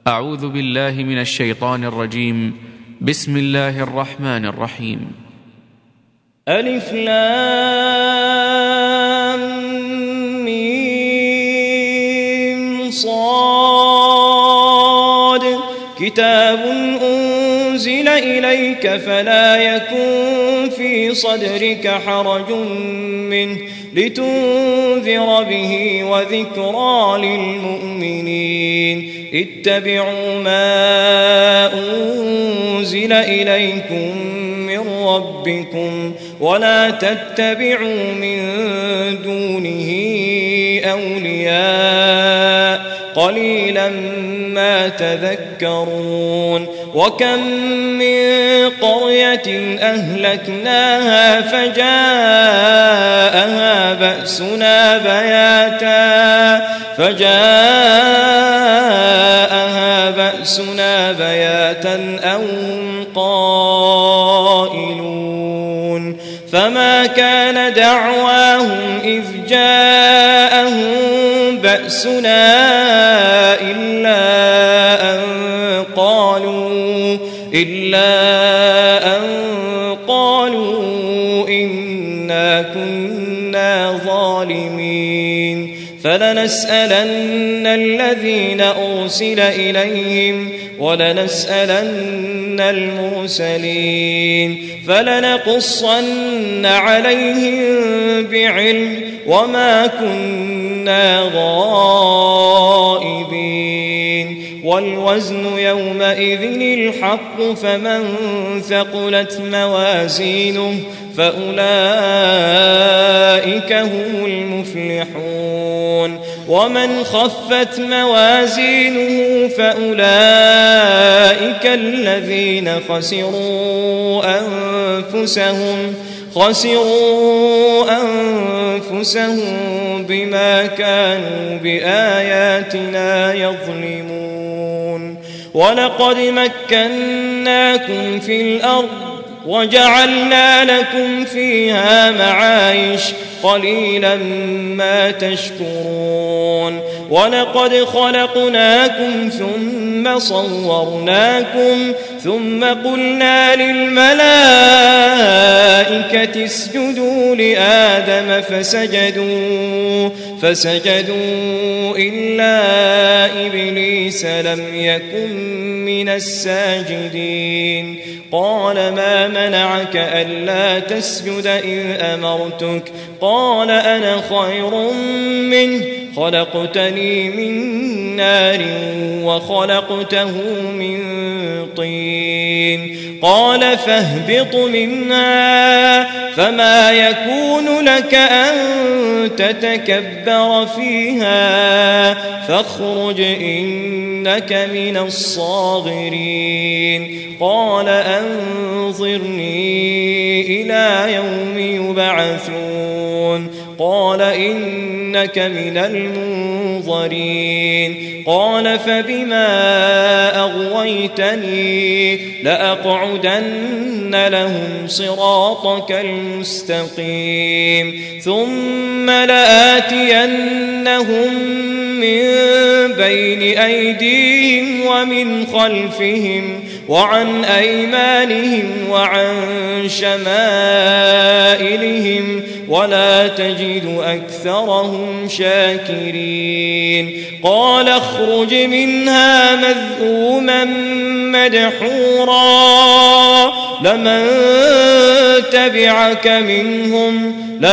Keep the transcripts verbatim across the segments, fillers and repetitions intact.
أعوذ بالله من الشيطان الرجيم. بسم الله الرحمن الرحيم. ألف لام ميم صاد كتاب أنزل إليك فلا يكن في صدرك حرج منه لتنذر به وذكرى للمؤمنين. اتبعوا ما أنزل إليكم من ربكم ولا تتبعوا من دونه أولياء قليلا ما تذكرون. وكم من قرية أهلكناها فجاءها بأسنا بياتا فجاءها بأسنا بياتا أو هم قائلون. فما كان دعواهم إذ جاءهم بأسنا إلا أن قالوا إلا أن قالوا إنا كنا ظالمين. فلنسألن الذين أرسل إليهم ولنسألن المرسلين فلنقصن عليهم بعلم وما كنا غائبين. والوزن يومئذ الحق فمن ثقلت موازينه فأولئك هم المفلحون. ومن خفت موازينه فأولئك الذين خسروا أنفسهم خسروا أنفسهم بما كانوا بآياتنا يظلمون. ولقد مكناكم في الأرض وجعلنا لكم فيها معايش قليلا ما تشكرون. ولقد خلقناكم ثم صورناكم ثم قلنا للملائكة اسجدوا لآدم فسجدوا فسجدوا إلا إبليس لم يكن من الساجدين. قال ما منعك ألا تسجد إذ أمرتك قال أنا خير منه خلقتني من نار وخلقته من طين. قال فاهبط منها فما يكون لك أن تتكبر فيها فاخرج إنك من الصاغرين. قال أنظرني إلى يوم يبعثون. قال إنك من المنظرين. قال فبما أغويتني لأقعدن لهم صراطك المستقيم ثم لآتينهم من بين أيديهم ومن خلفهم وعن أيمانهم وعن شمائلهم ولا تجد أكثرهم شاكرين. قال اخرج منها مذءوما مدحورا لمن تبعك منهم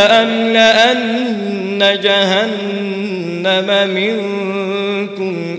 لأملأن جهنم منكم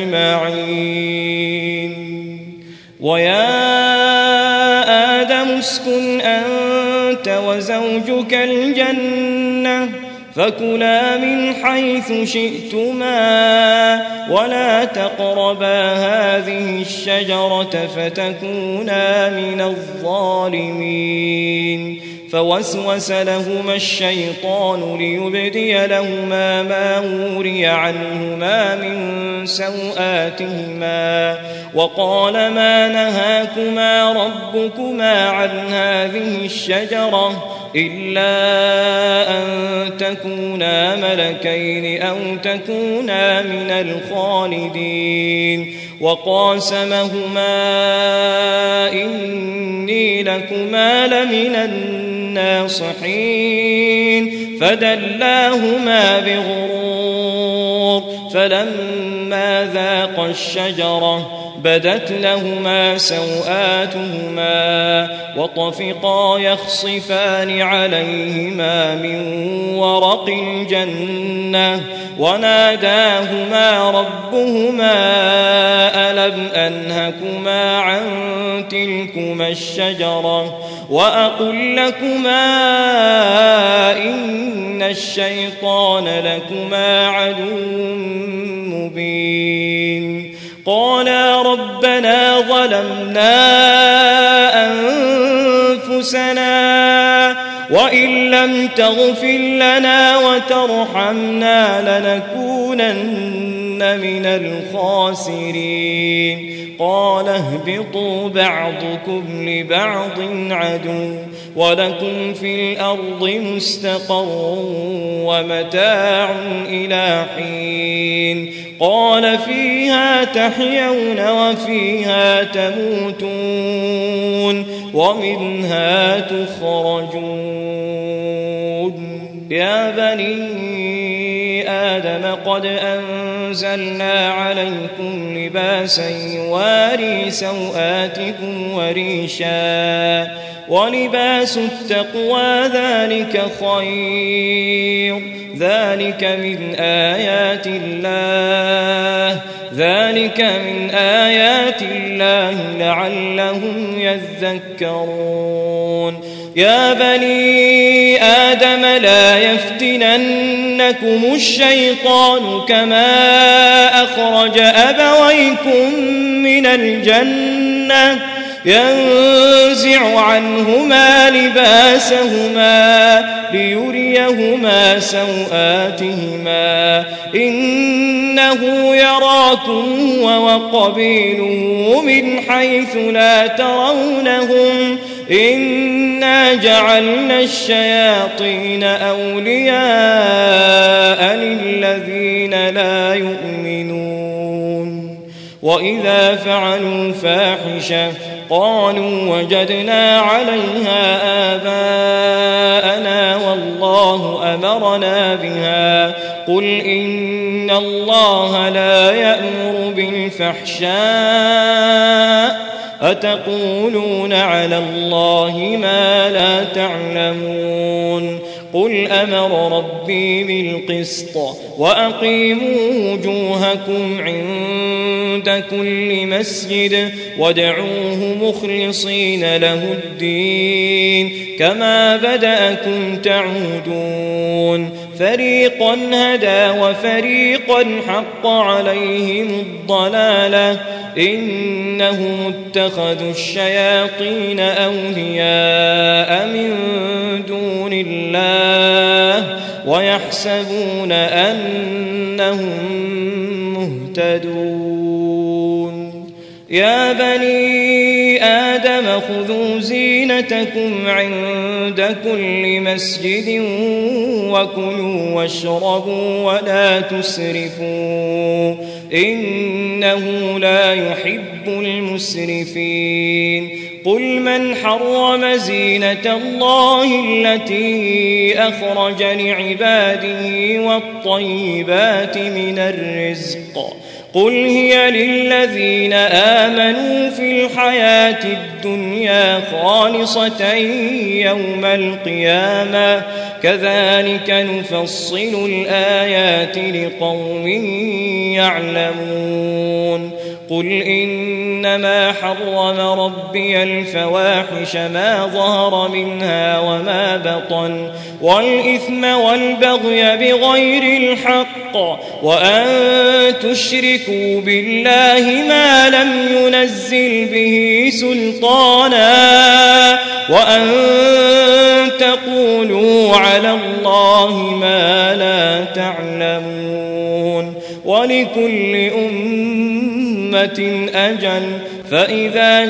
أجمعين. ويا آدم اسكن أنت وزوجك الجنة فكلا من حيث شئتما ولا تقربا هذه الشجرة فتكونا من الظالمين. فوسوس لهما الشيطان ليبدي لهما ما وري عنهما من سوآتهما وقال ما نهاكما ربكما عن هذه الشجرة إلا أن تكونا ملكين أو تكونا من الخالدين. وقاسمهما إني لكما لمن الناصحين فدلاهما بغرور فلما ذاقا الشجرة بدت لهما سوآتهما وطفقا يخصفان عليهما من ورق الجنة وناداهما ربهما ألم أنهكما عن تلكما الشجرة وأقل لكما إن الشيطان لكما عدو مبين قالا ربنا ظلمنا أنفسنا وإن لم تغفر لنا وترحمنا لنكونن من الخاسرين قال اهبطوا بعضكم لبعض عدو ولكم في الأرض مستقر ومتاع إلى حين قال فيها تحيون وفيها تموتون ومنها تخرجون يا بني آدم قد أنزلنا عليكم لباسا يواري سوآتكم وريشا ولباس التقوى ذلك خير ذلك من آيات الله ذلك من آيات الله لعلهم يذكرون يا بني آدم لا يفتننكم الشيطان كما أخرج أبويكم من الجنة ينزع عنهما لباسهما ليريهما سوآتهما إنه يراكم هو وقبيله من حيث لا ترونهم إنا جعلنا الشياطين أولياء للذين لا يؤمنون وإذا فعلوا فاحشة قالوا وجدنا عليها آباءنا والله أمرنا بها قل إن الله لا يأمر بالفحشاء أتقولون على الله ما لا تعلمون قل أمر ربي بالقسط وأقيموا وجوهكم عند كل مسجد وادعوه مخلصين له الدين كما بدأكم تعودون فريقا هدى وفريقا حق عليهم الضلالة إنهم اتخذوا الشياطين أولياء من دون الله ويحسبون أنهم مهتدون يا بني آدم خذوا زينتكم عند كل مسجد وكلوا واشربوا ولا تسرفوا إنه لا يحب المسرفين قل من حرم زينة الله التي أخرج لعباده والطيبات من الرزق قل هي للذين آمنوا في الحياة الدنيا خالصة يوم القيامة كذلك نفصل الآيات لقوم يعلمون قل إنما حرم ربي الفواحش ما ظهر منها وما بطن والإثم والبغي بغير الحق وأن تشركوا بالله ما لم ينزل به سلطانا وأن تقولوا على الله ما لا تعلمون ولكل أمة أجل فإذا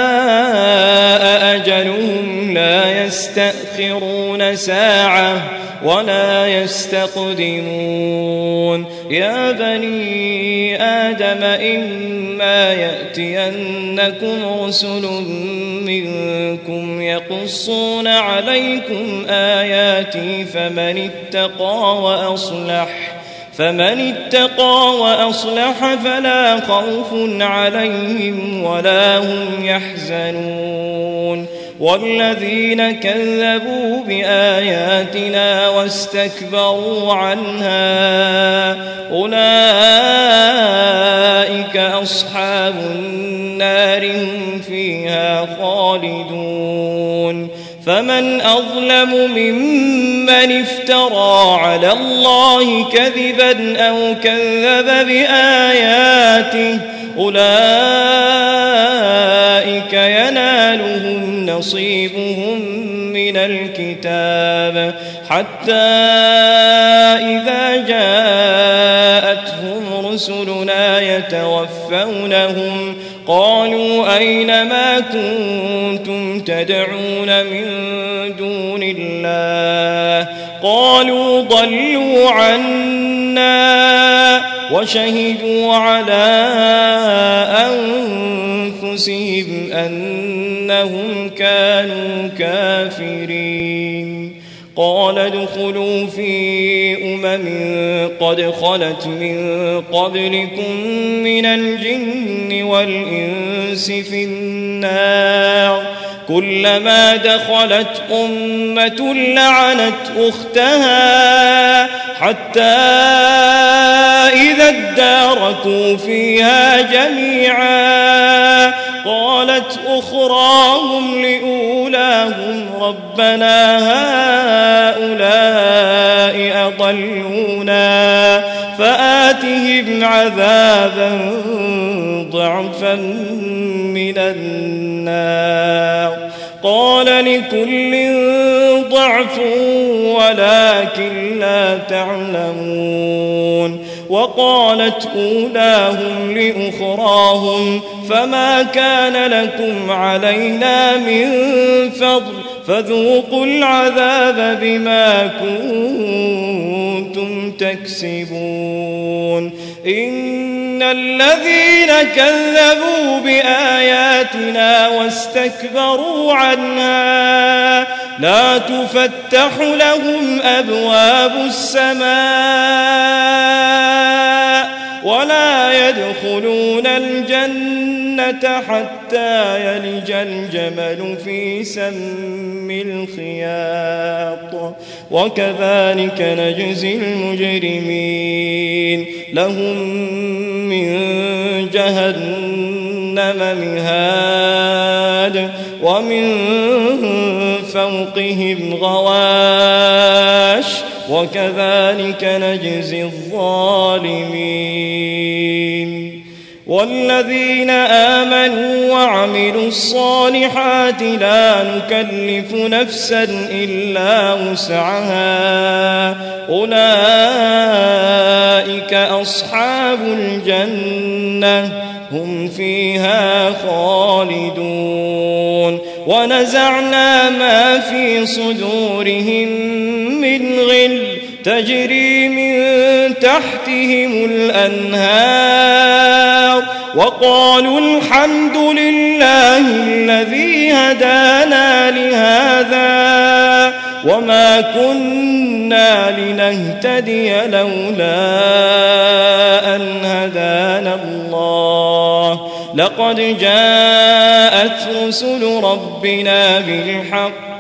جاء أجلهم لا يستأخرون ساعة ولا يستقدمون يا بني آدم إما يأتينكم رسل منكم يقصون عليكم آياتي فمن اتقى وأصلح فمن اتقى وأصلح فلا خوف عليهم ولا هم يحزنون والذين كذبوا بآياتنا واستكبروا عنها أولئك أصحاب النار هم فيها خالدون فمن أظلم ممن افترى على الله كذبا أو كذب بآياته أولئك ينالهم نصيبهم من الكتاب حتى إذا جاءتهم رسلنا يتوفونهم قالوا أين ما كنتم تدعون من دون الله قالوا ضلوا عنا وشهدوا على أنفسهم أنهم كانوا كافرين قال ادخلوا في أمم قد خلت من قبلكم من الجن والإنس في النار كلما دخلت أمة لعنت أختها حتى إذا اداركوا فيها جميعا قالت أخراهم لأولاهم ربنا هؤلاء أضلونا فآتهم عذابا ضعفا من النار قال لكل ضعف ولكن لا تعلمون وقالت أولاهم لأخراهم فما كان لكم علينا من فضل فذوقوا العذاب بما كنتم تكسبون إن الذين كذبوا بآياتنا واستكبروا عنها لا تفتح لهم أبواب السماء ولا يدخلون الجنة حتى يلج الجمل في سم الخياط وكذلك نجزي المجرمين لهم من جهنم مهاد ومن فوقهم غواش وكذلك نجزي الظالمين والذين آمنوا وعملوا الصالحات لا نكلف نفسا إلا وسعها أولئك أصحاب الجنة هم فيها خالدون ونزعنا ما في صدورهم من غل تجري من تحتهم الأنهار وقالوا الحمد لله الذي هدانا لهذا وما كنا لنهتدي لولا أن هدانا الله لقد جاءت رسل ربنا بالحق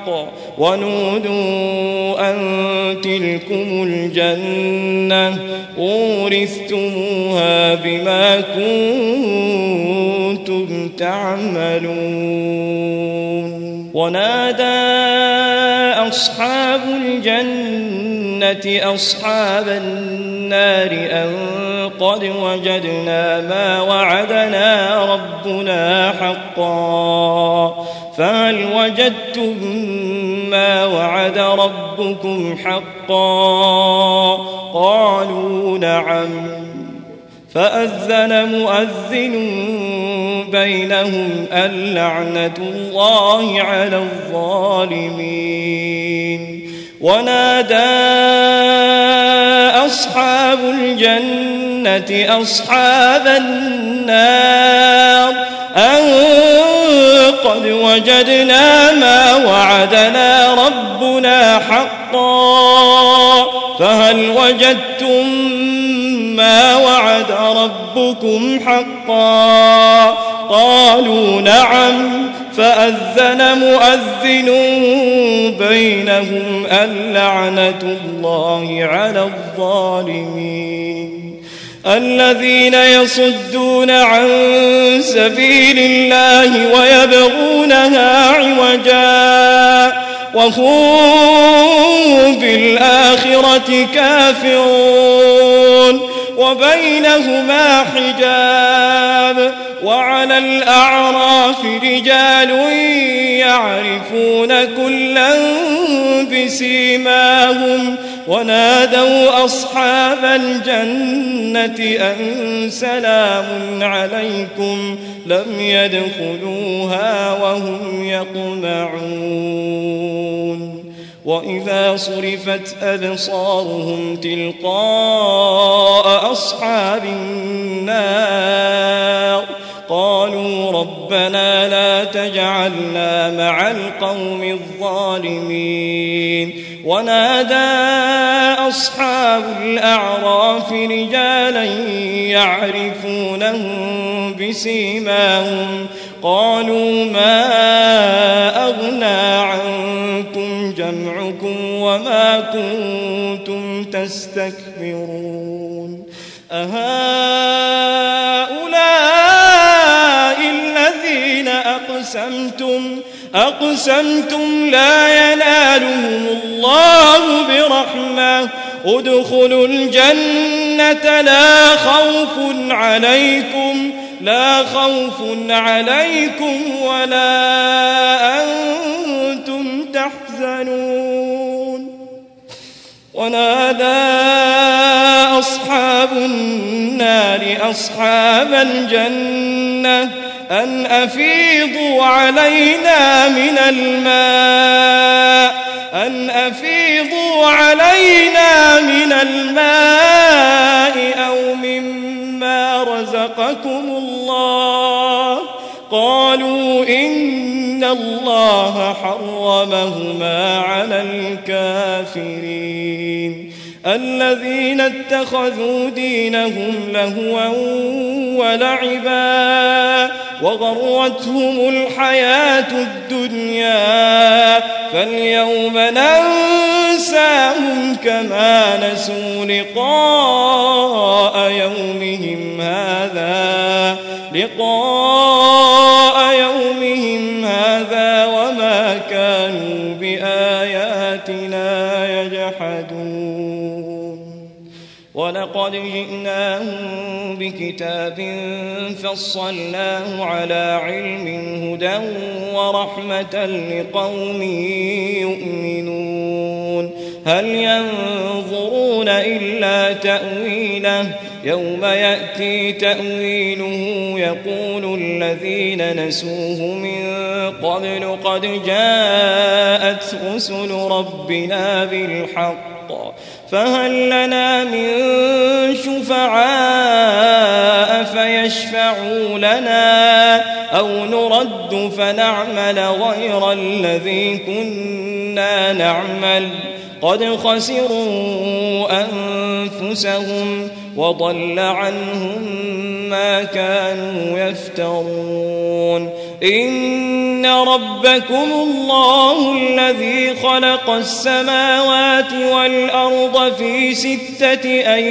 ونودوا أن تلكم الجنة أورثتموها بما كنتم تعملون ونادى أصحاب الجنة أصحاب النار أن قد وجدنا ما وعدنا ربنا حقا فهل وجدتم ما وعد ربكم حقا قالوا نعم فأذن مؤذن بينهم اللعنة الله على الظالمين ونادى أصحاب الجنة أصحاب النار أن قد وجدنا ما وعدنا ربنا حقا فهل وجدتم ما وعد ربكم حقا قالوا نعم فأذن مؤذن بينهم اللعنة الله على الظالمين الذين يصدون عن سبيل الله ويبغونها عوجا وهم بالآخرة كافرون وبينهما حجاب وعلى الأعراف رجال يعرفون كلا بسيماهم ونادوا أصحاب الجنة أن سلام عليكم لم يدخلوها وهم يطمعون وإذا صرفت أبصارهم تلقاء أصحاب النار قالوا ربنا لا تجعلنا مع القوم الظالمين ونادى أصحاب الأعراف رجالا يعرفونهم بسيماهم قالوا ما أغنى عنكم جمعكم وما كنتم تستكبرون أهؤلاء الذين أقسمتم أقسمتم لا ينالهم الله برحمة ادخلوا الجنة لا خوف عليكم لا خوف عليكم ولا أنتم تحزنون ونادى أصحاب النار أصحاب الجنة أن أفيضوا علينا من الماء أن أفيضوا علينا من الماء أو مما رزقكم الله قالوا إن الله حرمهما على الكافرين الذين اتخذوا دينهم لهوا ولعبا وغرتهم الحياة الدنيا فاليوم ننساهم كما نسوا لقاء يومهم هذا لقاء يومهم هذا وما كانوا بآياتنا يجحدون ولقد جئناهم بكتاب فصلناه على علم هدى ورحمة لقوم يؤمنون هل ينظرون إلا تأويله يوم يأتي تأويله يقول الذين نسوه من قبل قد جاءت رسل ربنا بالحق فهل لنا من شفعاء فيشفعوا لنا أو نرد فنعمل غير الذي كنا نعمل قد خسروا أنفسهم وضل عنهم ما كانوا يفترون إن ربكم الله الذي خلق السماوات والأرض في ستة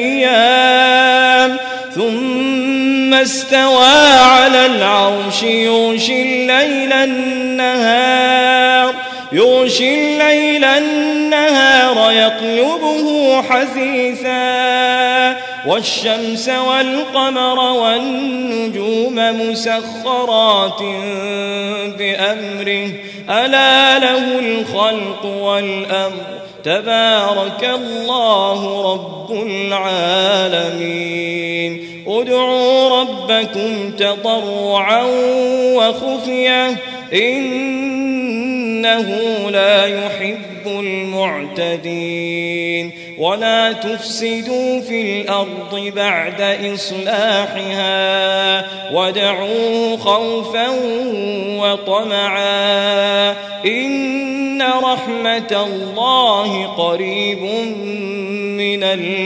أيام ثم استوى على العرش يغشي الليل النهار يغشي الليل النهار يطلبه حثيثا والشمس والقمر والنجوم مسخرات بأمره ألا له الخلق والأمر تبارك الله رب العالمين ادعوا ربكم تضرعا وخفية إن إنه لا يحب المعتدين ولا تفسدوا في الأرض بعد إصلاحها وادعوه خوفا وطمعا إن رحمة الله قريب من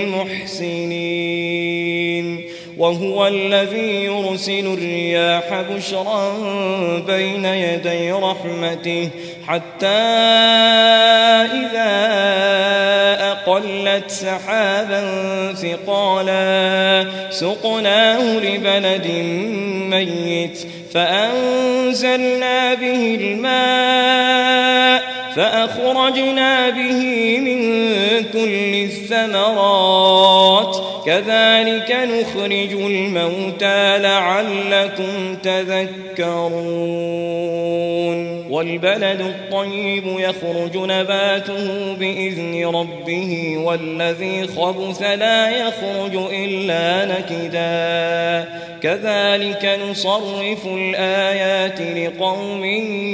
المحسنين وهو الذي يرسل الرياح بشرا بين يدي رحمته حتى إذا أقلت سحابا ثقالا سقناه لبلد ميت فأنزلنا به الماء فأخرجنا به من كل الثمرات كذلك نخرج الموتى لعلكم تذكرون والبلد الطيب يخرج نباته بإذن ربه والذي خبث لا يخرج إلا نكدا كذلك نصرف الآيات لقوم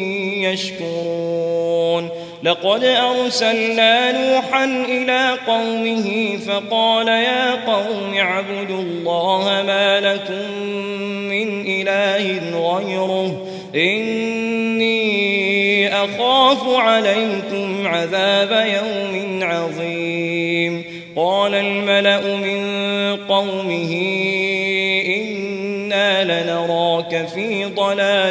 يشكرون لقد أرسلنا نوحا إلى قومه فقال يا قوم اعبدوا الله ما لكم من إله غيره إني أخاف عليكم عذاب يوم عظيم قال الملأ من قومه إنا لنراك في ضلال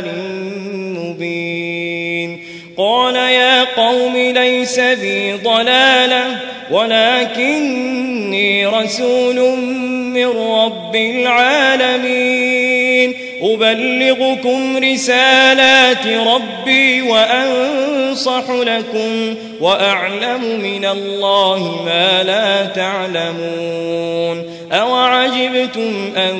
مبين قال يا قوم ليس بي ضلالة ولكني رسول من رب العالمين أبلغكم رسالات ربي وأنصح لكم وأعلم من الله ما لا تعلمون أوعجبتم أن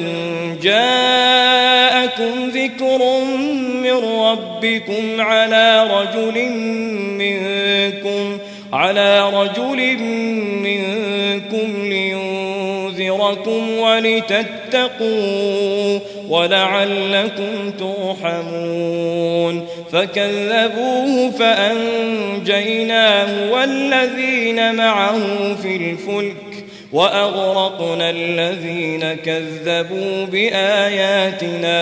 جاءكم ذكر من ربكم على رجل منكم على رجل منكم لينذركم ولتتقوا ولعلكم ترحمون فكذبوه فأنجيناه والذين معه في الفلك وأغرقنا الذين كذبوا بآياتنا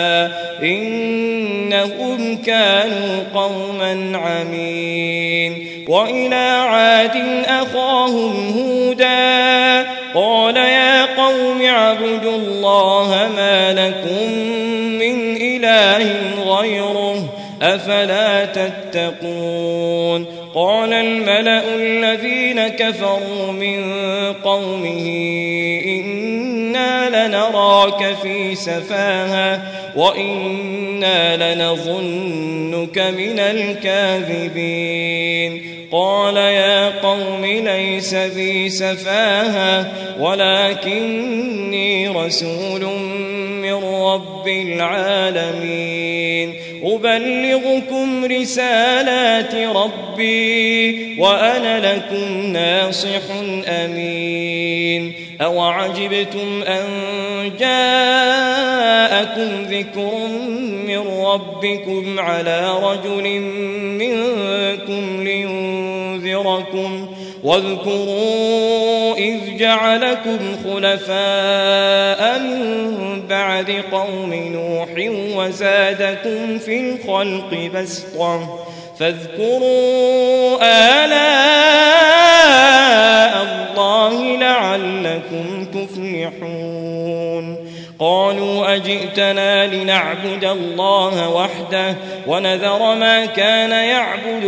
إنهم كانوا قوما عمين وإلى عاد أخاهم هودا قال يا قوم اعبدوا الله ما لكم من إله غيره أفلا تتقون قال الملأ الذين كفروا من قومه إنا لنراك في سفاهة وإنا لنظنك من الكاذبين قال يا قوم ليس بي سفاهة ولكني رسول من رب العالمين أبلغكم رسالات ربي وأنا لكم ناصح أمين أوعجبتم أن جاءكم ذكر من ربكم على رجل منكم لينذركم واذكروا إذ جعلكم خلفاء من بعد قوم نوح وزادكم في الخلق بسطة فاذكروا آلاء الله لعلكم تفلحون قالوا أجئتنا لنعبد الله وحده ونذر ما كان يعبد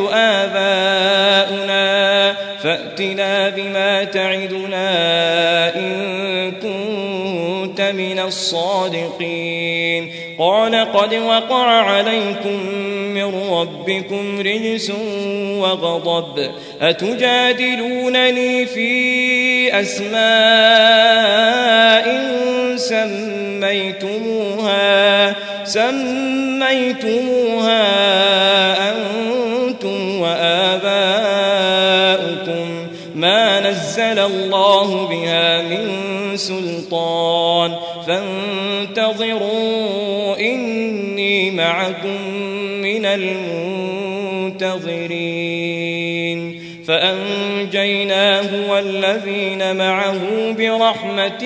آباؤنا فأتنا بما تعدنا إن كنت من الصادقين قال قد وقع عليكم من ربكم رجس وغضب أتجادلونني في أسماء سميتموها سميتموها أنتم وآباؤكم ما نزل الله بها من سلطان فانتظروا إني معكم من منتظرين فأنجيناه والذين معه برحمة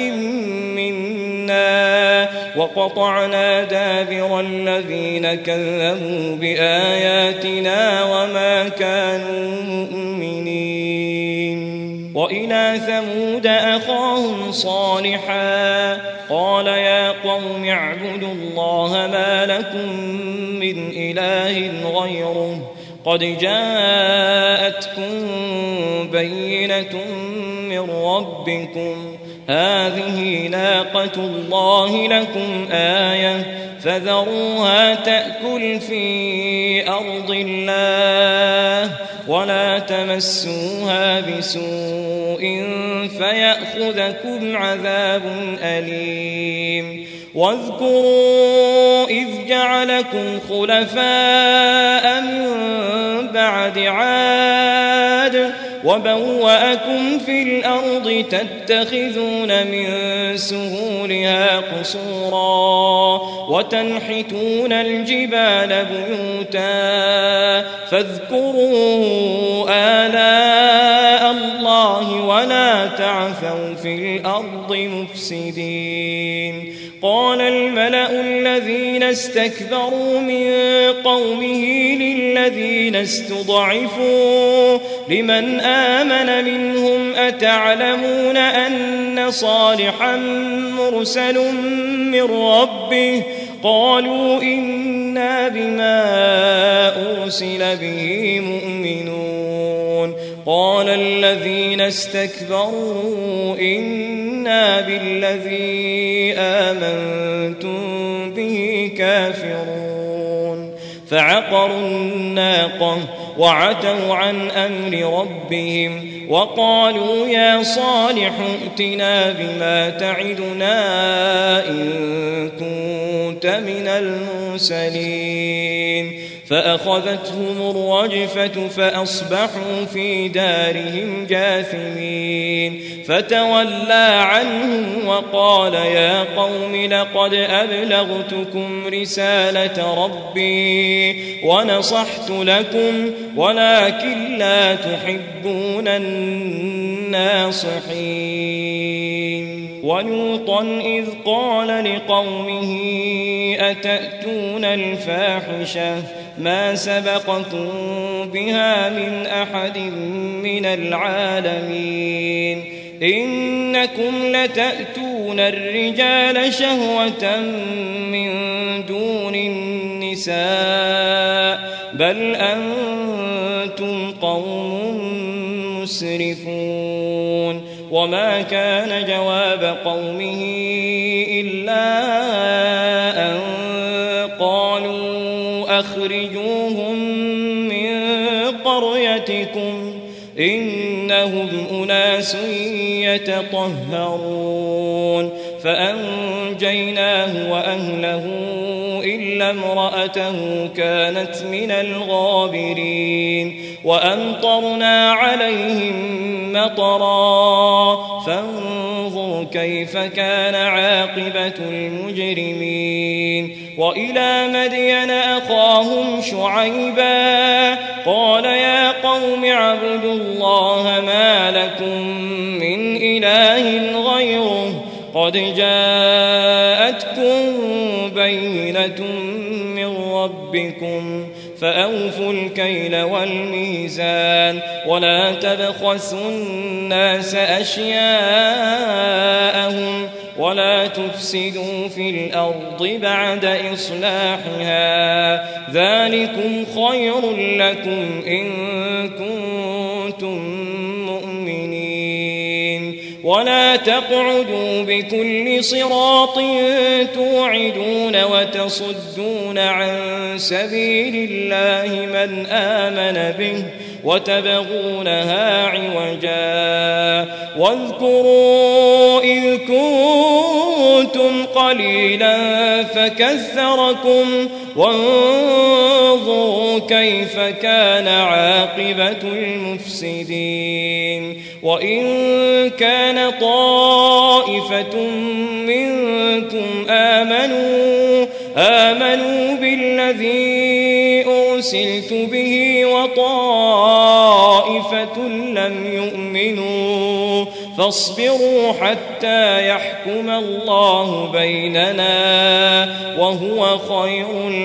منا وقطعنا دابر الذين كذبوا بآياتنا وما كانوا مؤمنين وإلى ثمود أخاهم صالحا قال يا قوم اعبدوا الله ما لكم من إله غيره قد جاءتكم بينة من ربكم هذه ناقة الله لكم آية فذروها تأكل في أرض الله ولا تمسوها بسوء فيأخذكم عذاب أليم واذكروا إذ جعلكم خلفاء من بعد عاد وبوأكم في الأرض تتخذون من سهولها قصورا وتنحتون الجبال بيوتا فاذكروا آلاء الله ولا تعثوا في الأرض مفسدين قال الملأ الذين استكبروا من قومه للذين استضعفوا لمن آمن منهم أتعلمون أن صالحا مرسل من ربه قالوا إنا بما أرسل به مؤمنون قال الذين استكبروا إنا بالذي آمنتم به كافرون فعقروا الناقة وعتوا عن أمر ربهم وقالوا يا صالح ائتنا بما تعدنا إن كنت من المرسلين فأخذتهم الرجفة فأصبحوا في دارهم جاثمين فتولى عنهم وقال يا قوم لقد أبلغتكم رسالة ربي ونصحت لكم ولكن لا تحبون الناصحين ولوطا إذ قال لقومه أتأتون الفاحشة ما سبقكم بها من أحد من العالمين إنكم لتأتون الرجال شهوة من دون النساء بل أنتم قوم مسرفون وما كان جواب قومه إلا أن قالوا أخرجوهم من قريتكم إنهم أناس يتطهرون فأنجيناه وأهله إلا امرأته كانت من الغابرين وأمطرنا عليهم مطرا فانظر كيف كان عاقبة المجرمين وإلى مدين أخاهم شعيبا قال يا قوم اعبدوا الله ما لكم من إله غيره قد جاءتكم بينة من ربكم فأوفوا الكيل والميزان ولا تبخسوا الناس أشياءهم ولا تفسدوا في الأرض بعد إصلاحها ذلكم خير لكم إن كنتم مؤمنين ولا تقعدوا بكل صراط توعدون وتصدون عن سبيل الله من آمن به وتبغونها عوجا واذكروا إذ كنتم قليلا فكثركم وانظروا كيف كان عاقبة المفسدين وإن كان طائفة منكم آمنوا آمنوا بالذي أرسل أرسلت به وطائفة لم يؤمنوا فاصبروا حتى يحكم الله بيننا وهو خير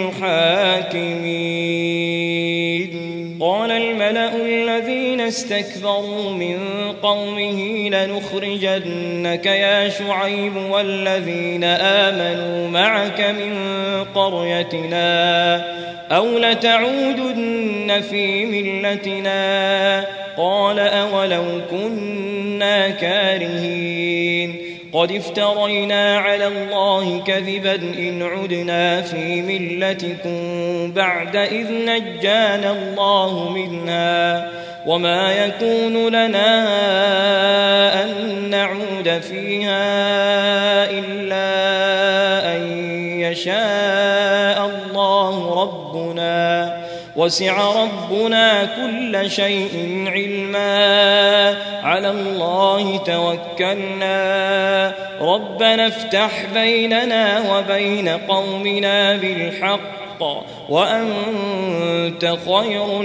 الحاكمين. قال الملأ الذين استكبروا من قومه لنخرجنك يا شعيب والذين آمنوا معك من قريتنا أو لتعودن في ملتنا قال أولو كنا كارهين قد افترينا على الله كذبا إن عدنا في ملتكم بعد إذ نجانا الله منها وما يكون لنا أن نعود فيها إلا أن يشاء الله ربنا وسع ربنا كل شيء علما على الله توكلنا ربنا افتح بيننا وبين قومنا بالحق وأنت خير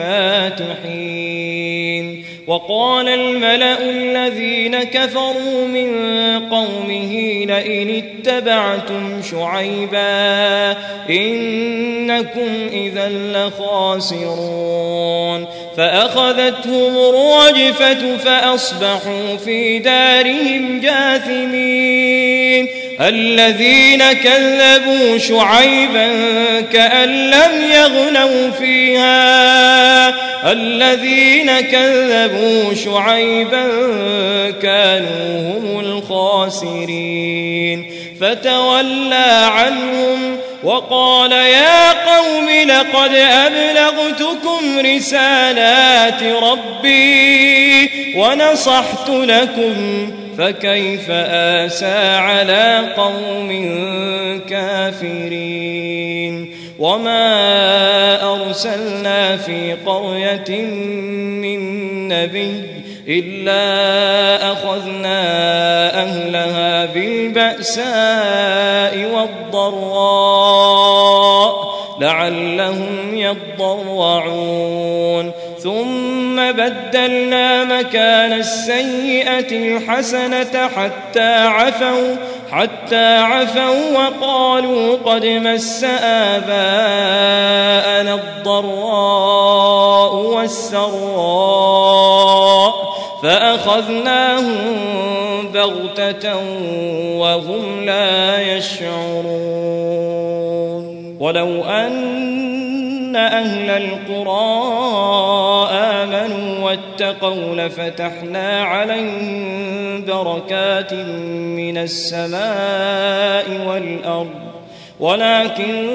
الفاتحين. وقال الملأ الذين كفروا من قومه لئن اتبعتم شعيبا إنكم إذا لخاسرون فأخذتهم الرجفة فأصبحوا في دارهم جاثمين. الذين كذبوا شعيبا كأن لم يغنوا فيها الذين كذبوا شعيبا كانوا هم الخاسرين فتولى عنهم وقال يا قوم لقد أبلغتكم رسالات ربي ونصحت لكم فكيف آسى على قوم كافرين. وما أرسلنا في قرية من نبي إلا أخذنا أهلها بالبأساء والضراء لعلهم يضرعون ثم بدلنا مكان السيئة الحسنة حتى عفوا حتى عفوا وقالوا قد مس آباءنا الضراء والسراء فأخذناهم بغتة وهم لا يشعرون. ولو أن أهل القرى آمنوا واتقوا لفتحنا عليهم بركات من السماء والأرض ولكن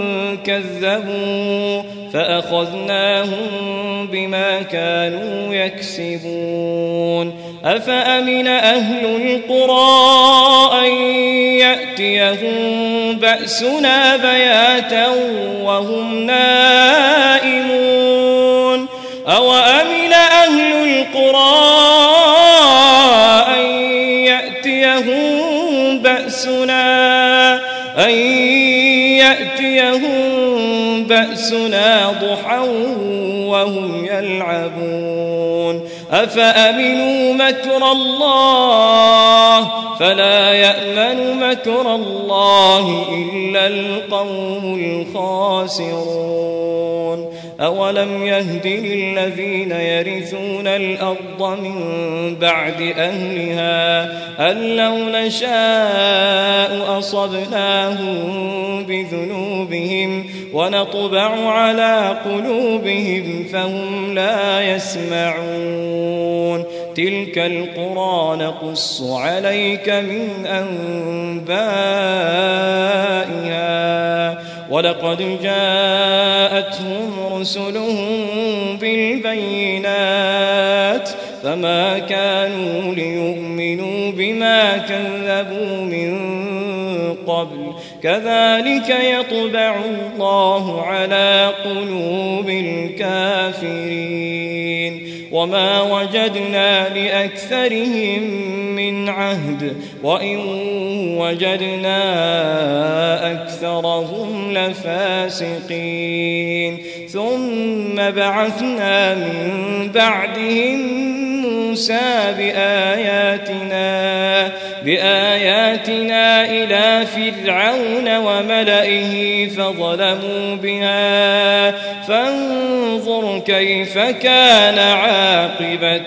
كذبوا فأخذناهم بما كانوا يكسبون. أفأمن أهل القرى أن يأتيهم بأسنا بياتا وهم نائمون أو أمن أهل القرى أن يأتيهم بأسنا أن يأتيهم بأسنا ضحى وهم يلعبون. أفأمنوا مكر الله فلا يأمن مكر الله إلا القوم الخاسرون. أولم يهد للذين يرثون الأرض من بعد أهلها أن لو نشاء أصبناهم بذنوبهم ونطبع على قلوبهم فهم لا يسمعون. تلك القرى نقص عليك من أنبائها ولقد جاءتهم رسلهم بالبينات فما كانوا ليؤمنوا بما كذبوا من قبل كذلك يطبع الله على قلوب الكافرين. وما وجدنا لأكثرهم من عهد وإن وجدنا أكثرهم لفاسقين ثم بعثنا من بعدهم موسى بآياتنا, بآياتنا إلى فرعون وملئه فظلموا بها فانظر كيف كان عاقبة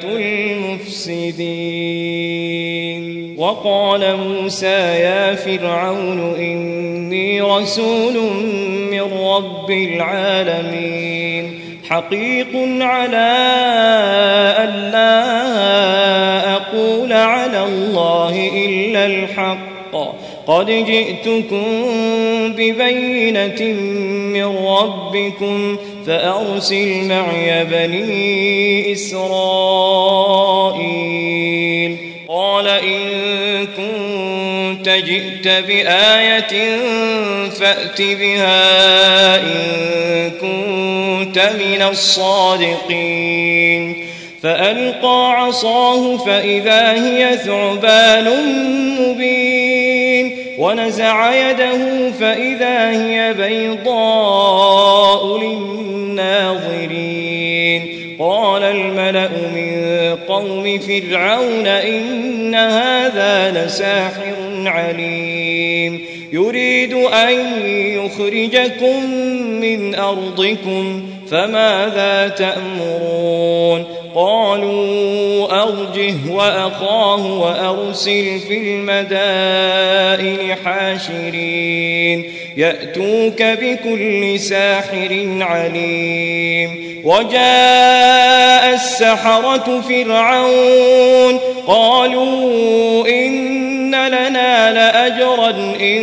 المفسدين. وقال موسى يا فرعون إني رسول من رب العالمين حقيق على ألا أقول على الله إلا الحق قد جئتكم ببينة من ربكم فأرسل معي بني إسرائيل. قال إن كنت جئت بآية فأت بها إن كنت من الصادقين. فألقى عصاه فإذا هي ثعبان مبين ونزع يده فإذا هي بيضاء للناظرين. قال الملأ من قوم فرعون إن هذا لساحر عليم يريد أن يخرجكم من أرضكم فماذا تأمرون؟ قالوا أرجه وأخاه وأرسل في المدائن حاشرين يأتوك بكل ساحر عليم. وجاء السحرة فرعون قالوا إن لنا لأجرا إن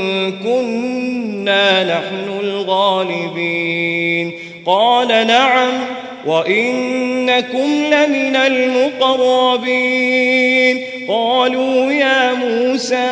كنا نحن الغالبين. قال نعم وإنكم لمن المقربين. قالوا يا موسى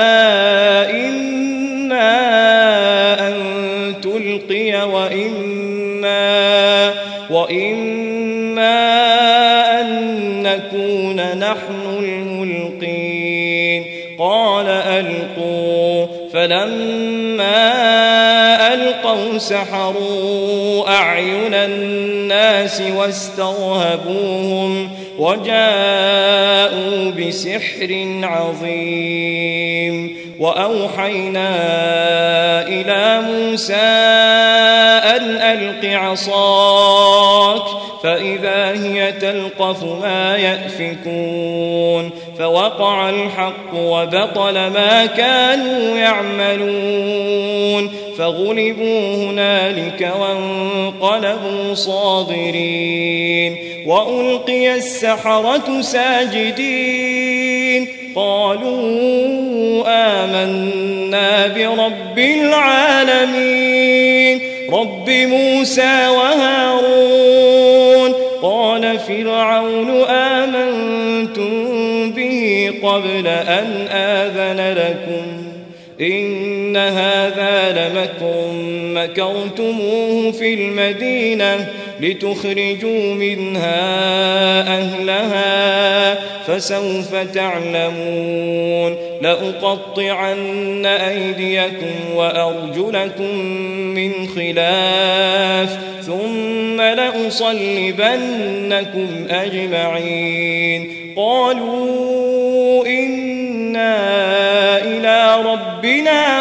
إما أن تلقي وإما, وإما أن نكون نحن الملقين. قال ألقوا فلما ألقوا سحروا أعين الناس واسترهبوهم وجاءوا بسحر عظيم. وأوحينا إلى موسى أن ألق عصاك فإذا هي تلقف ما يأفكون. فوقع الحق وبطل ما كانوا يعملون فغلبوا هنالك وانقلبوا صاغرين. وألقي السحرة ساجدين قالوا آمنا برب العالمين رب موسى وهارون. قال فرعون آمنتم به قبل أن آذن لكم إن هذا لمكر مكرتموه في المدينة لتخرجوا منها أهلها فسوف تعلمون. لأقطعن أيديكم وأرجلكم من خلاف ثم لأصلبنكم أجمعين. قالوا إنا إلى ربنا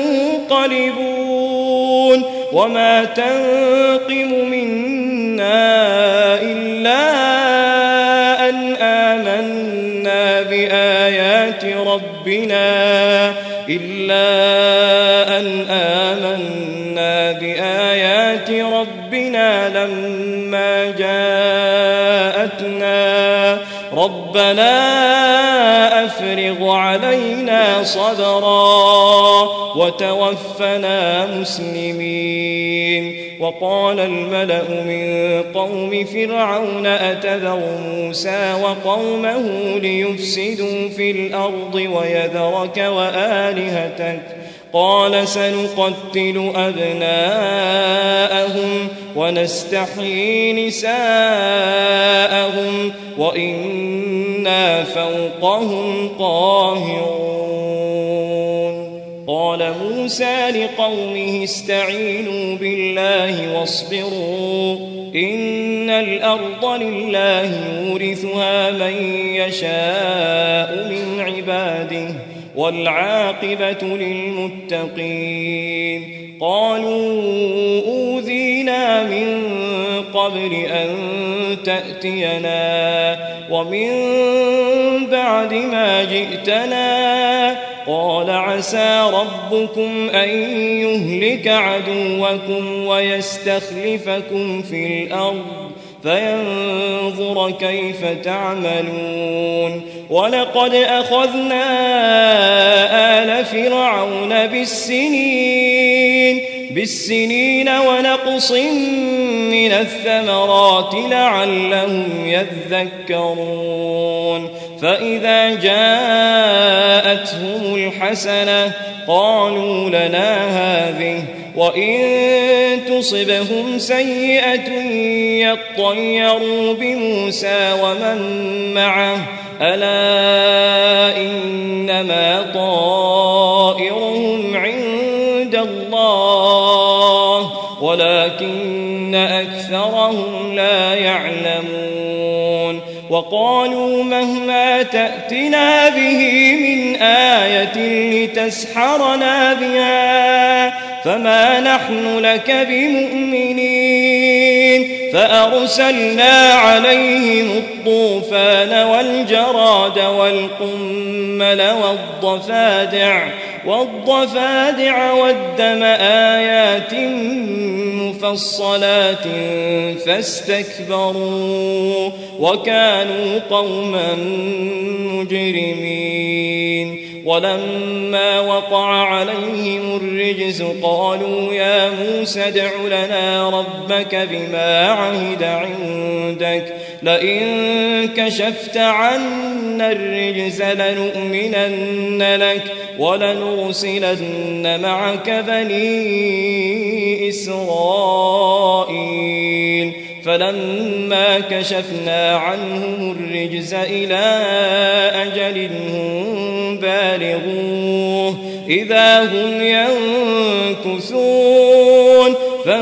منقلبون وما تنقم منا إلا أن آمنا بآيات ربنا إلا أن آمنا بآيات ربنا لما جاءتنا ربنا أفرغ علينا صبرا وتوفنا مسلمين. وقال الملأ من قوم فرعون أتذر موسى وقومه ليفسدوا في الأرض ويذرك وآلهتك قال سنقتل أبناءهم ونستحيي نساءهم وإنا فوقهم قاهرون. قال موسى لقومه استعينوا بالله واصبروا إن الأرض لله يورثها من يشاء من عباده والعاقبة للمتقين. قالوا أوذينا من قبل أن تأتينا ومن بعد ما جئتنا. قال عسى ربكم أن يهلك عدوكم ويستخلفكم في الأرض فينظر كيف تعملون. ولقد أخذنا آل فرعون بالسنين بالسنين ونقص من الثمرات لعلهم يذكرون. فإذا جاءتهم الحسنة قالوا لنا هذه وإن تصبهم سيئة يطيروا بموسى ومن معه ألا إنما طائرهم عند الله ولكن أكثرهم لا يعلمون. وقالوا مهما تأتنا به من آية لتسحرنا بها فما نحن لك بمؤمنين. فأرسلنا عليهم الطوفان والجراد والقمل والضفادع والضفادع والدم آيات مفصلات فاستكبروا وكانوا قوما مجرمين. ولما وقع عليهم الرجز قالوا يا موسى ادع لنا ربك بما عهد عندك لئن كشفت عنا الرجز لنؤمنن لك ولنرسلن معك بني إسرائيل. فلما كشفنا عنهم الرجز إلى أجل هم بالغوه إذا هم ينكثون.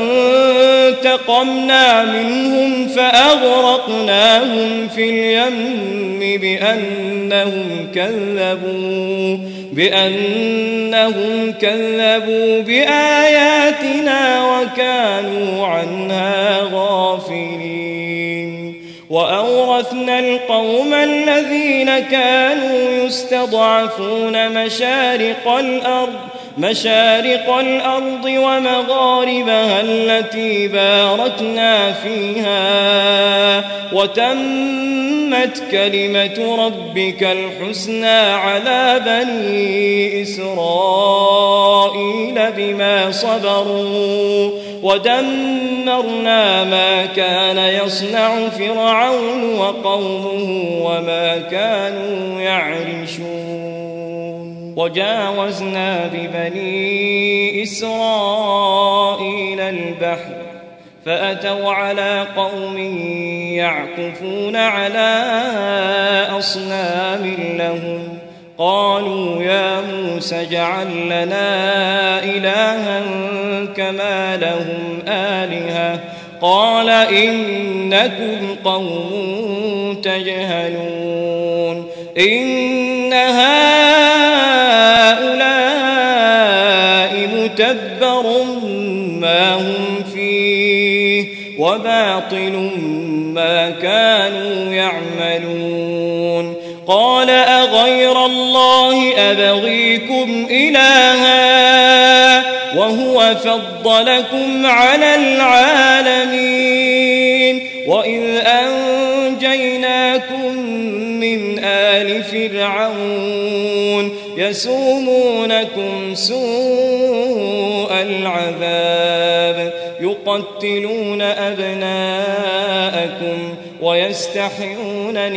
فانتقمنا منهم فأغرقناهم في اليم بأنهم كذبوا بأنهم كذبوا بآياتنا وكانوا عنها غافلين. وأورثنا القوم الذين كانوا يستضعفون مشارق الأرض مشارق الأرض ومغاربها التي باركنا فيها وتمت كلمة ربك الحسنى على بني إسرائيل بما صبروا ودمرنا ما كان يصنع فرعون وقومه وما كانوا يعرشون. وجاوزنا ببني إسرائيل البحر فأتوا على قوم يعكفون على أصنام لهم قالوا يا موسى اجعل لنا إلها كما لهم آلهة قال إنكم قوم تجهلون. إن هؤلاء متبر ما هم فيه وباطل ما كانوا يعملون. قال أغير الله أبغيكم إلها وهو فضلكم على العالمين وإذ أنجيناكم من آل فرعون يسومونكم سوء العذاب يقتلون أبناءكم ويستحيون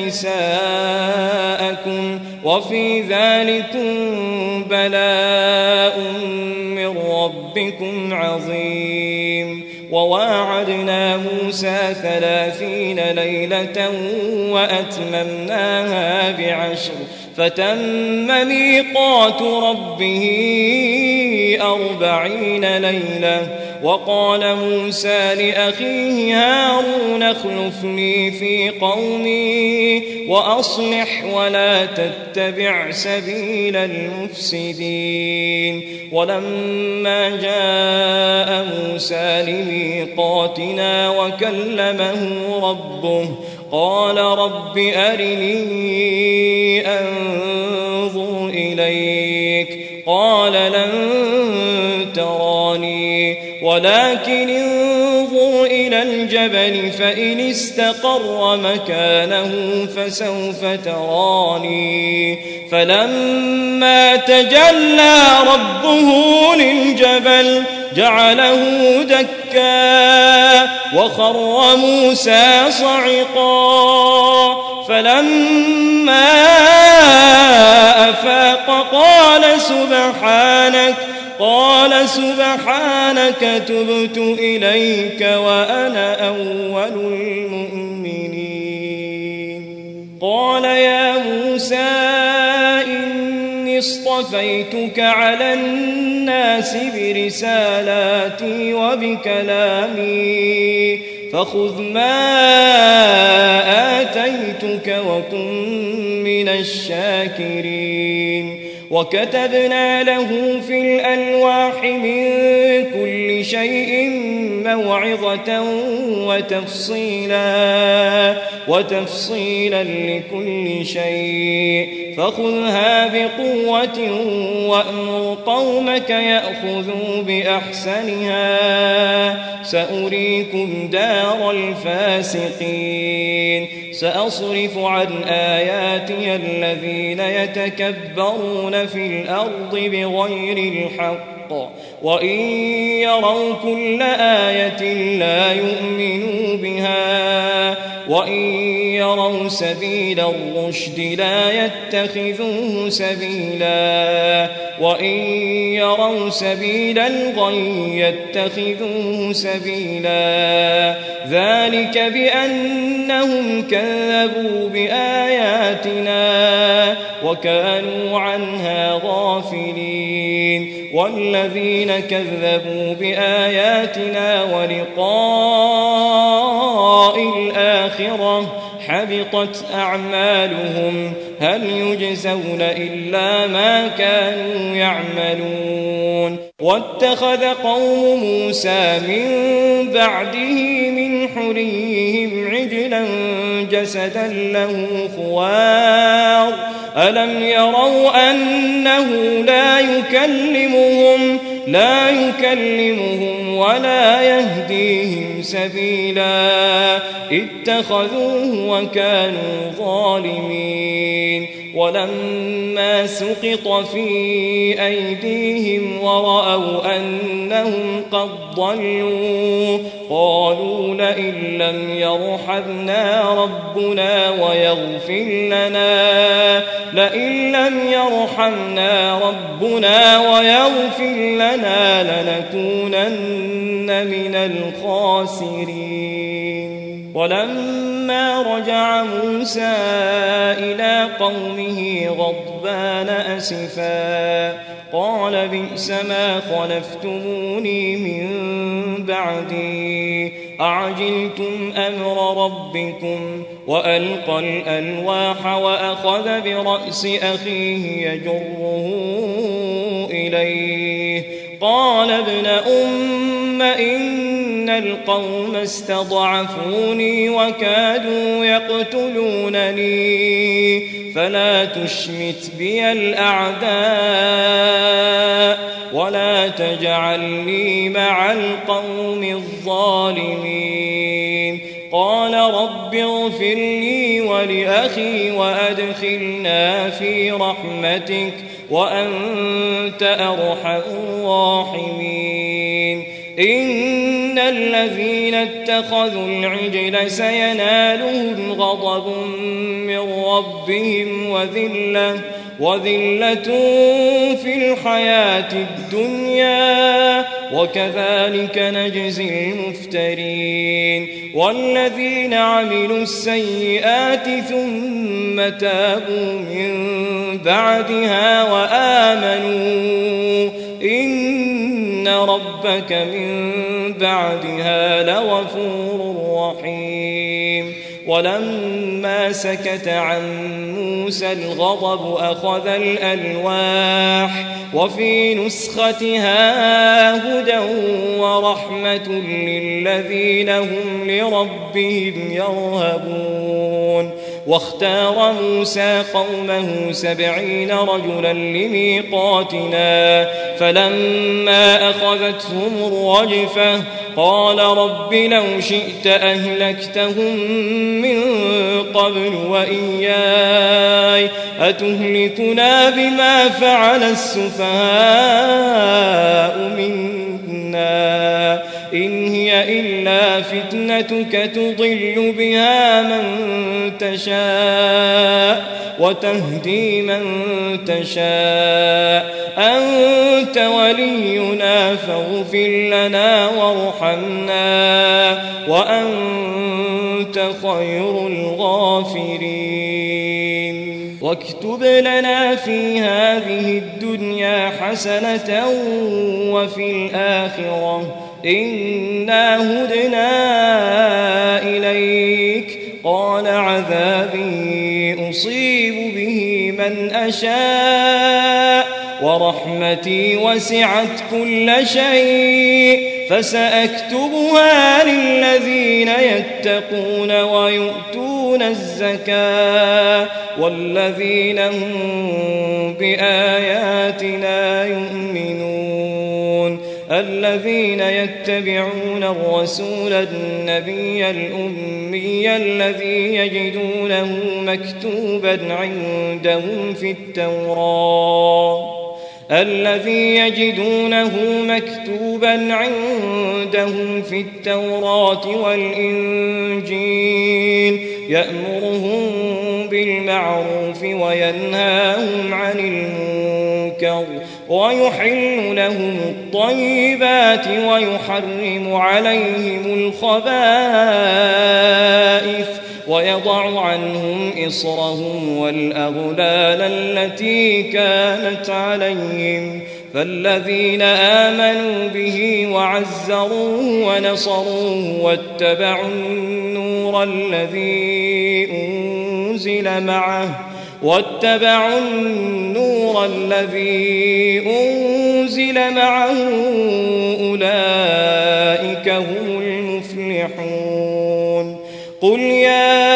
نساءكم وفي ذلكم بلاء من ربكم عظيم. وواعدنا موسى ثلاثين ليلة وأتممناها بعشر فتم ميقات ربه أربعين ليلة. وقال موسى لأخيه هارون اخلفني في قومي وأصلح ولا تتبع سبيل المفسدين. ولما جاء موسى لميقاتنا وكلمه ربه قال رب أرني أنظر إليك قال لن تراني ولكن انظر إلى الجبل فإن استقر مكانه فسوف تراني. فلما تجلى ربه للجبل جعله دكا وخر موسى صعقا. فلما أفاق قال سبحانك قال سبحانك تبت إليك وأنا أول المؤمنين. قال يا موسى إني اصطفيتك على الناس برسالاتي وبكلامي فخذ ما آتيتك وكن من الشاكرين. وكتبنا له في الألواح من كل شيء موعظة وتفصيلا وتفصيلا لكل شيء فخذها بقوة وأمر قومك يأخذوا بأحسنها سأريكم دار الفاسقين. سأصرف عن آياتي الذين يتكبرون في الأرض بغير الحق وإن يروا كل آية لا يؤمنوا بها وإن يروا سبيل الرشد لا يتخذوه سبيلا وإن يروا سبيل الغي يتخذوه سبيلا. ذلك بأنهم كذبوا بآياتنا وكانوا عنها غافلين. والذين كذبوا بآياتنا ولقاء الآخرة حبطت أعمالهم هل يجزون إلا ما كانوا يعملون. واتخذ قوم موسى من بعده من حليهم عجلا جسدا له خوار ألم يروا أنه لا يكلمهم لا يكلمهم ولا يهديهم سبيلا اتخذوه وكانوا ظالمين. ولما سقط في أيديهم ورأوا أنهم قد ضلوا قالوا لئن لم يرحمنا ربنا ويغفر لنا لئن لم يرحمنا ربنا ويغفر لنا لنكونن من الخاسرين. ولما رجع موسى إلى قومه غضبان أسفا قال بئس ما خلفتموني من بعدي أعجلتم أمر ربكم. وألقى الألواح وأخذ برأس أخيه يجره إليه قال ابن أم إن القوم استضعفوني وكادوا يقتلونني فلا تشمت بي الأعداء ولا تجعلني مع القوم الظالمين. قال رب اغفر لي ولأخي وأدخلنا في رحمتك وأنت أرحم الراحمين. إن الذين اتخذوا العجل سينالهم غضب من ربهم وذلة وذلة في الحياة الدنيا وكذلك نجزي المفترين والذين عملوا السيئات ثم تابوا من بعدها وآمنوا إن ربك من بعدها لغفور رحيم ولما سكت عن موسى الغضب أخذ الألواح وفي نسختها هدى ورحمة للذين هم لربهم يرهبون واختار موسى قومه سبعين رجلا لميقاتنا فلما أخذتهم الرجفة قال رب لو شئت أهلكتهم من قبل وإياي أتهلكنا بما فعل السفهاء منا إن هي إلا فتنتك تضل بها من تشاء وتهدي من تشاء أنت ولينا فاغفر لنا وارحمنا وأنت خير الغافرين واكتب لنا في هذه الدنيا حسنة وفي الآخرة إنا هدنا إليك قال عذابي أصيب به من أشاء ورحمتي وسعت كل شيء فسأكتبها للذين يتقون ويؤتون الزكاة والذين هم بآياتنا يؤمنون الذين يتبعون الرسول النبي الأمي الذي يجدونه مكتوبا عندهم في التوراة الذي يجدونه مكتوبا عندهم في التوراة والإنجيل يأمرهم بالمعروف وينهاهم عن المنكر ويحل لهم الطيبات ويحرم عليهم الخبائث ويضع عنهم إصرهم والأغلال التي كانت عليهم فالذين آمنوا به وعزروه ونصروه واتبعوا النور الذي أنزل معه واتبعوا النور الذي أنزل معه أولئك هم المفلحون قل يا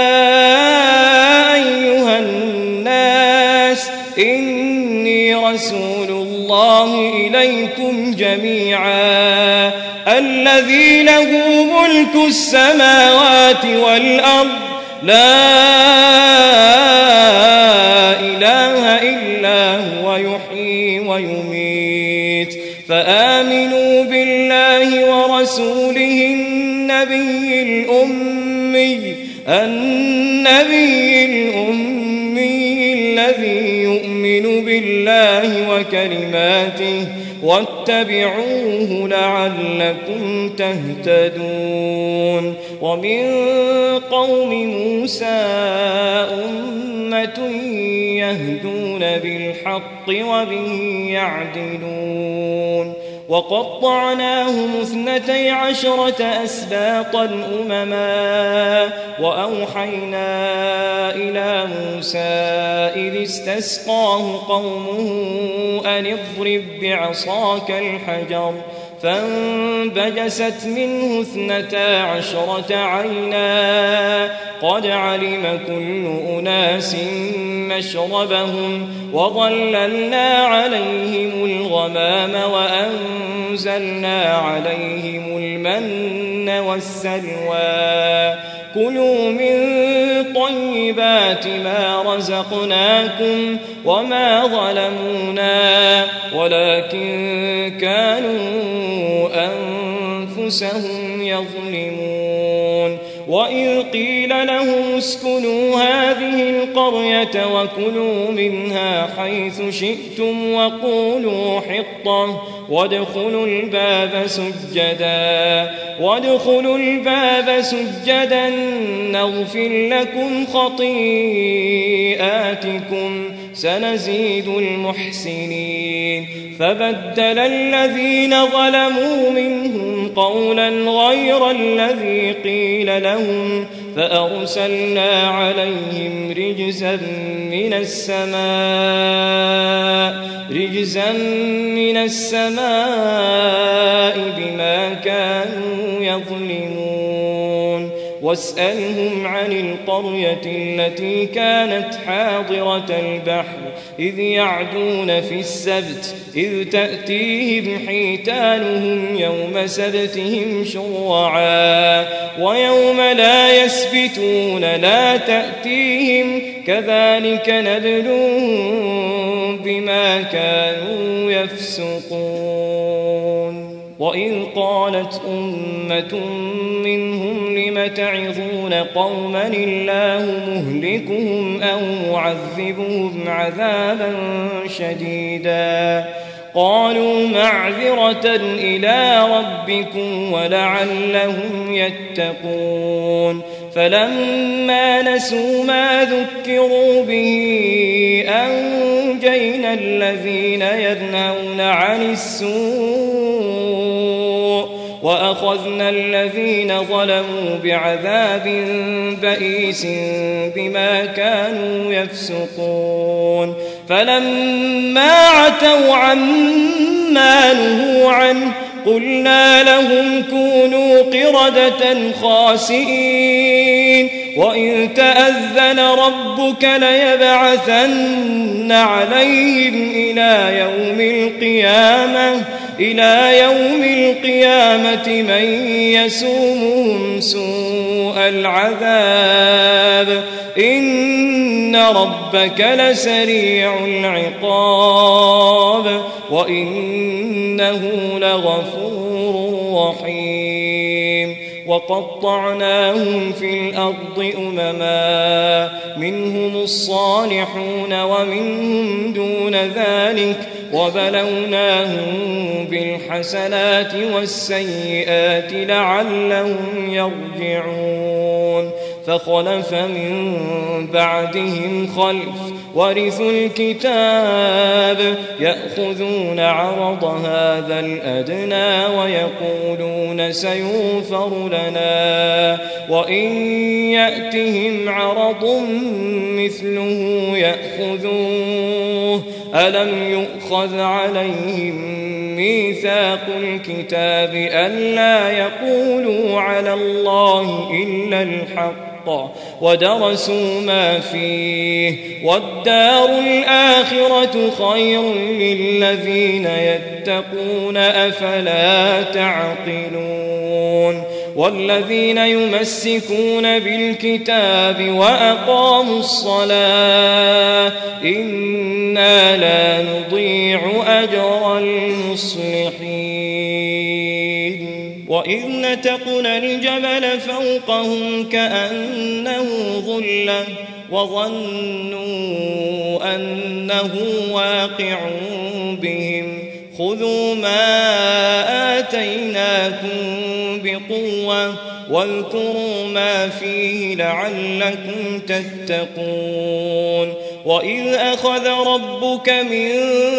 أيها الناس إني رسول الله إليكم جميعا الذي له ملك السماوات والأرض لا إله إلا هو يحيي ويميت فآمنوا بالله ورسوله النبي الأمي النبي الأمي الذي يؤمن بالله وكلماته واتبعوه لعلكم تهتدون ومن قوم موسى أمة يهدون بالحق وبه يعدلون وقطعناهم اثنتي عشرة أسباطا أمما وأوحينا إلى موسى إذ استسقاه قومه أن اضرب بعصاك الحجر فانبجست منه اثنتا عشرة عينا قد علم كل أناس مشربهم وظللنا عليهم الغمام وأنزلنا عليهم المن والسلوى كلوا من طيبات ما رزقناكم وما ظلمونا ولكن كانوا أنفسهم يظلمون وإذ قيل لهم اسكنوا هذه القرية وكلوا منها حيث شئتم وقولوا حطة وادخلوا الباب سجدا وادخلوا الباب سجدا نغفر لكم خطيئاتكم سنزيد المحسنين فبدل الذين ظلموا منهم قولا غير الذي قيل لهم فأرسلنا عليهم رجزا من السماء رجزا من السماء بما كانوا يظلمون واسألهم عن القرية التي كانت حاضرة البحر إذ يعدون في السبت إذ تأتيهم حيتانهم يوم سبتهم شرعا ويوم لا يسبتون لا تأتيهم كذلك نبلوهم بما كانوا يفسقون وإذ قالت أمة منهم لم تعظون قوما الله مهلكهم أو معذبهم عذابا شديدا قالوا معذرة إلى ربكم ولعلهم يتقون فلما نسوا ما ذكروا به أنجينا الذين ينهون عن السوء وأخذنا الذين ظلموا بعذاب بئيس بما كانوا يفسقون فلما عتوا عما نهوا عنه قلنا لهم كونوا قردة خاسئين وإن تأذن ربك ليبعثن عليهم إلى يوم القيامة إلى يوم القيامة من يسومهم سوء العذاب إن ربك لسريع العقاب وإنه لغفور رحيم وقطعناهم في الأرض أمما منهم الصالحون ومنهم دون ذلك وبلوناهم بالحسنات والسيئات لعلهم يرجعون فخلف من بعدهم خلف ورثوا الكتاب يأخذون عرض هذا الأدنى ويقولون سيغفر لنا وإن يأتهم عرض مثله يأخذوه ألم يؤخذ عليهم ميثاق الكتاب ألا يقولوا على الله إلا الحق ودرسوا ما فيه والدار الآخرة خير للذين يتقون أفلا تعقلون والذين يمسكون بالكتاب وأقاموا الصلاة إنا لا نضيع أجر المصلحين وإذ نتقنا الجبل فوقهم كأنه ظلة وظنوا أنه واقع بهم خذوا ما آتيناكم بقوة واذكروا ما فيه لعلكم تتقون وإذ أخذ ربك من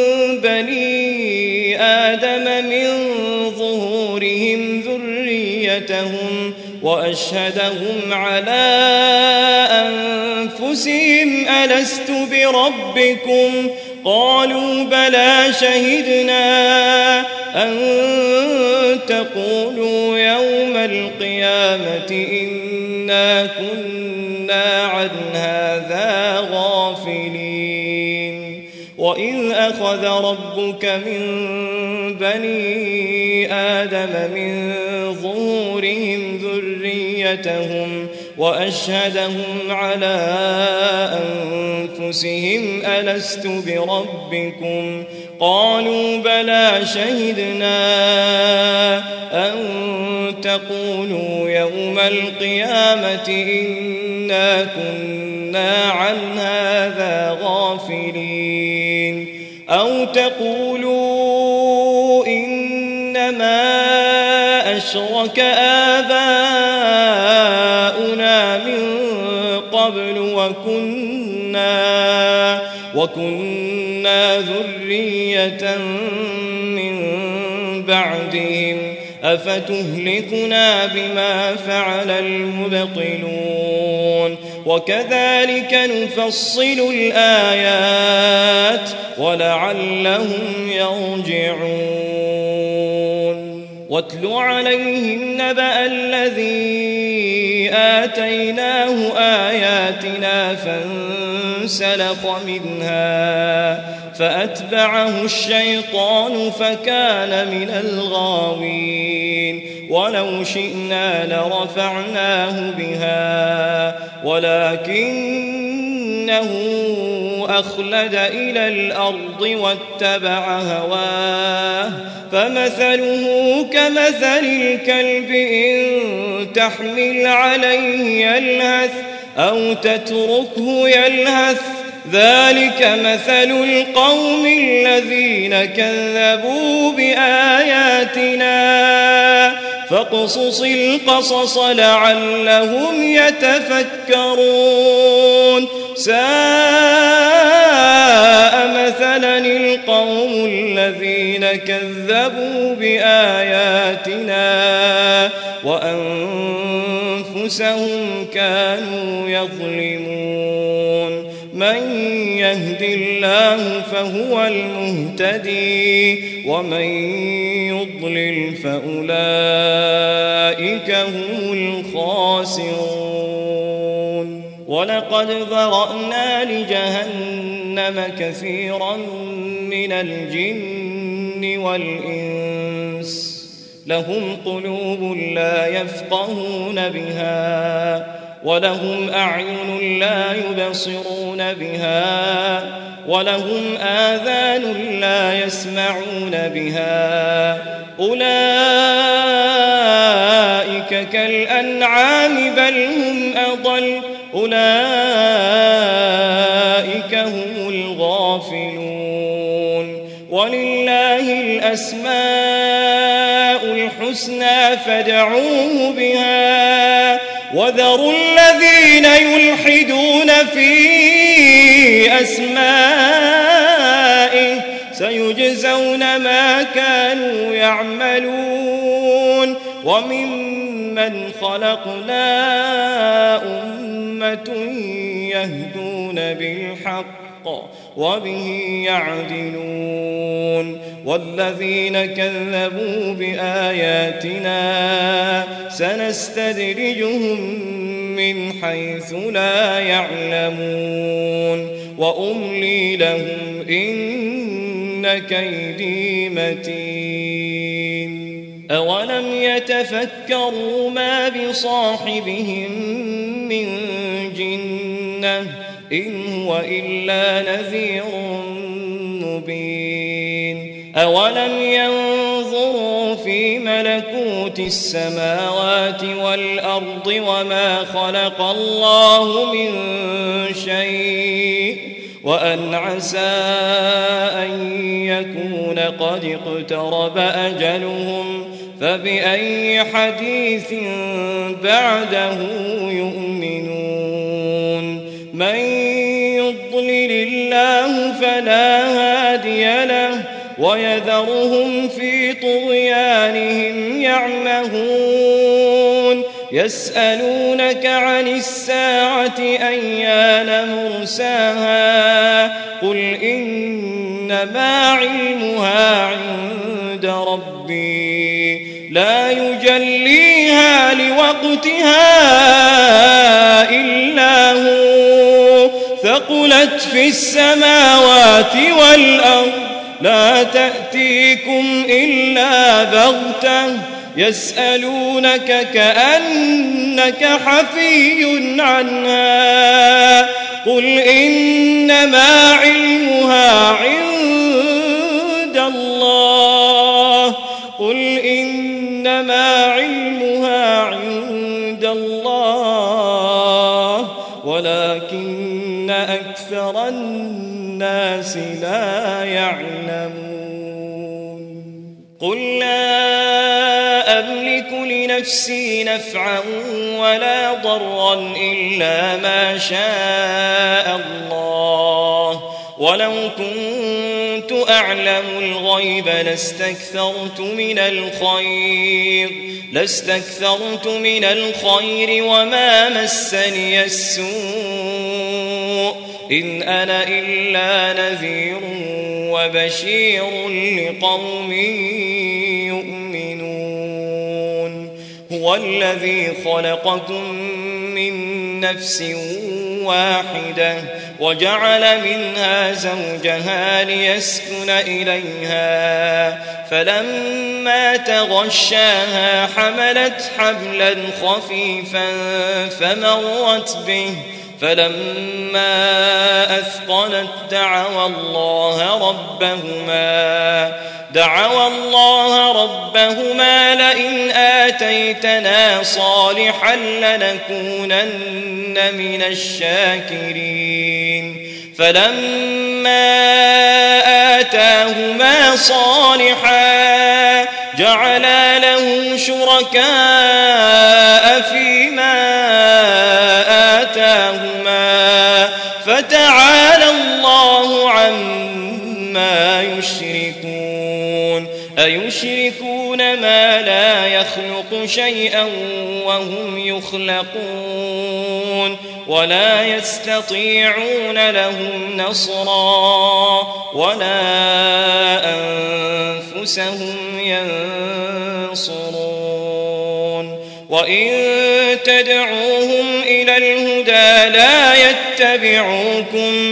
بني آدم من ظهورهم ذريتهم وأشهدهم على أنفسهم ألست بربكم قالوا بلى شهدنا أن تقولوا يوم القيامة إنا كنا عن هذا غافلين وإذ أخذ ربك من بني آدم من ظهورهم ذريتهم وأشهدهم على أنفسهم ألست بربكم قالوا بلى شهدنا أن تقولوا يوم القيامة إنا كنا عن هذا غافلين أو تقولوا إنما أشرك آباؤنا من قبل وكنا, وكنا ذرية من بعدهم أفتهلكنا بما فعل المبطلون وكذلك نفصل الآيات ولعلهم يرجعون واتل عليهم نبأ الذي آتيناه آياتنا فانسلخ منها فأتبعه الشيطان فكان من الغاوين ولو شئنا لرفعناه بها ولكنه أخلد إلى الأرض واتبع هواه فمثله كمثل الكلب إن تحمل عليه يلهث أو تتركه يلهث ذلك مثل القوم الذين كذبوا بآياتنا فاقصص القصص لعلهم يتفكرون ساء مثلا القوم الذين كذبوا بآياتنا وأنفسهم كانوا يظلمون من يهد الله فهو المهتدي ومن يضلل فأولئك هم الخاسرون ولقد ذرأنا لجهنم كثيرا من الجن والإنس لهم قلوب لا يفقهون بها ولهم أعين لا يبصرون بها ولهم آذان لا يسمعون بها أولئك كالأنعام بل هم أضل أولئك هم الغافلون ولله الأسماء الحسنى فادعوه بها وذروا الذين يلحدون في أسمائه سيجزون ما كانوا يعملون وممن خلقنا أمة يهدون بالحق وبه يعدلون والذين كذبوا بآياتنا سنستدرجهم من حيث لا يعلمون وأملي لهم إن كيدي متين أولم يتفكروا ما بصاحبهم من جنة إن هو إلا نذير مبين أولم ينظروا في ملكوت السماوات والأرض وما خلق الله من شيء وأن عسى أن يكون قد اقترب أجلهم فبأي حديث بعده يؤمنون من يضلل الله فلا هادي له ويذرهم في طغيانهم يعمهون يسألونك عن الساعة أيان مرساها قل إنما علمها عند ربي لا يجليها لوقتها إلا هو ثقلت في السماوات والأرض لا تأتيكم إلا بغتة يسألونك كأنك حفي عنها قل إنما علمها عند الله قل إنما علمها عند الله ولكن أكثر الناس لا يعلمون قل لا أملك لنفسي نفعا ولا ضرا إلا ما شاء الله ولو كنت أعلم الغيب لاستكثرت من الخير لاستكثرت من الخير وما مسني السوء إن أنا إلا نذير وبشير لقوم يؤمنون هو الذي خلقكم من نفس واحدة وجعل منها زوجها ليسكن إليها فلما تغشاها حملت حملا خفيفا فمرت به فلما أثقلت دعوا الله ربهما دعوا الله ربهما لئن آتيتنا صالحا لنكونن من الشاكرين فلما آتاهما صالحا جعلا له شركاء فيما آتاهما فتعالى الله عما يشركون أيشركون ما لا يخلق شيئا وهم يخلقون ولا يستطيعون لهم نصرا ولا أنفسهم ينصرون وإن تدعوهم إلى الهدى لا يتبعوكم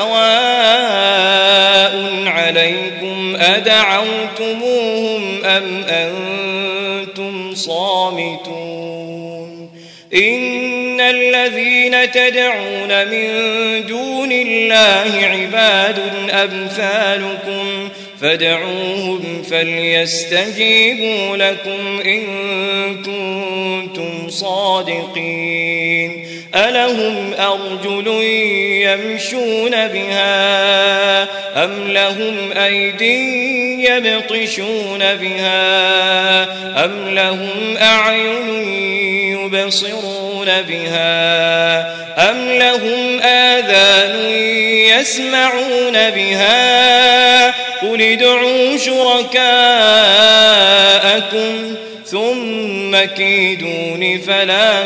سواء عليكم أدعوتموهم أم أنتم صامتون إن الذين تدعون من دون الله عباد أمثالكم فادعوهم فليستجيبوا لكم إن كنتم صادقين ألهم أرجل يمشون بها أم لهم أيدي يبطشون بها أم لهم أعين يبصرون بها أم لهم آذان يسمعون بها قل ادعوا شركاءكم ثم كيدون فلا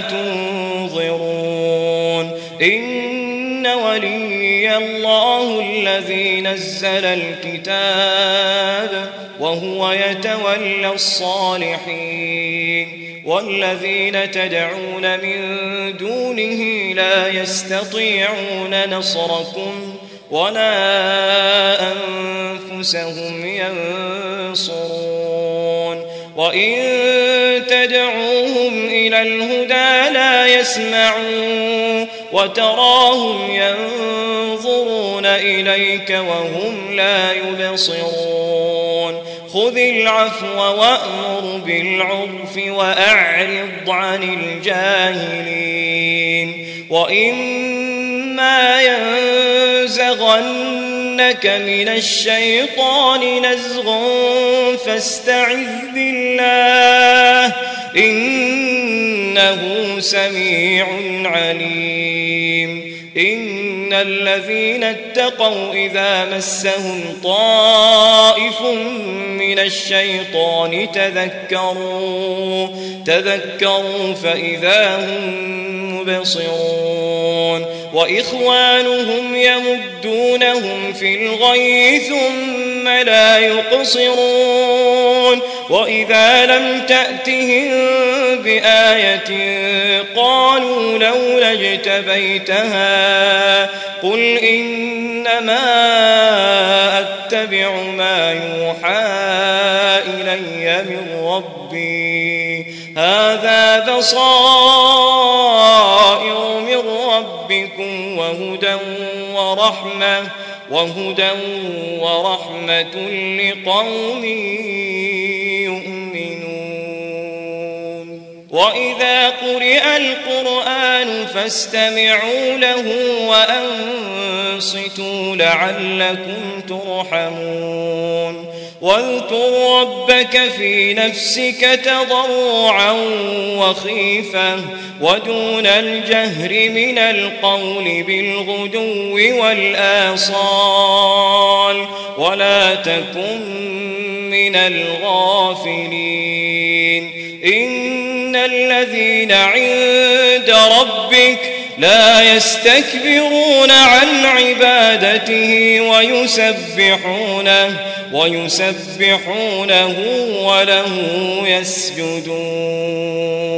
تنظرون إن ولي الله الذي نزل الكتاب وهو يتولى الصالحين والذين تدعون من دونه لا يستطيعون نصركم ولا أنفسهم ينصرون وإن تدعوهم إلى الهدى لا يسمعون وتراهم ينظرون إليك وهم لا يبصرون خذ العفو وأمر بالعرف وأعرض عن الجاهلين وإما ينزغنك من الشيطان نزغ فاستعذ بالله إنه سميع عليم إن الذين اتقوا إذا مسهم طائف من الشيطان تذكروا تذكروا فإذا هم مبصرون وإخوانهم يمدونهم في الغي ثم لا يقصرون وإذا لم تأتهم بآية قالوا لولا اجتبيتها قل إنما أتبع ما يوحى إلي من ربي هذا بصائر من ربكم وهدى ورحمة وهدى ورحمة لقوم يؤمنون. وإذا قرئ القرآن فاستمعوا له وأنصتوا لعلكم ترحمون. واذكر ربك في نفسك تضرعا وخيفة ودون الجهر من القول بالغدو والآصال ولا تكن من الغافلين. إن الذين عند ربك لا يستكبرون عن عبادته ويسبحونه ويسبحونه وله يسجدون.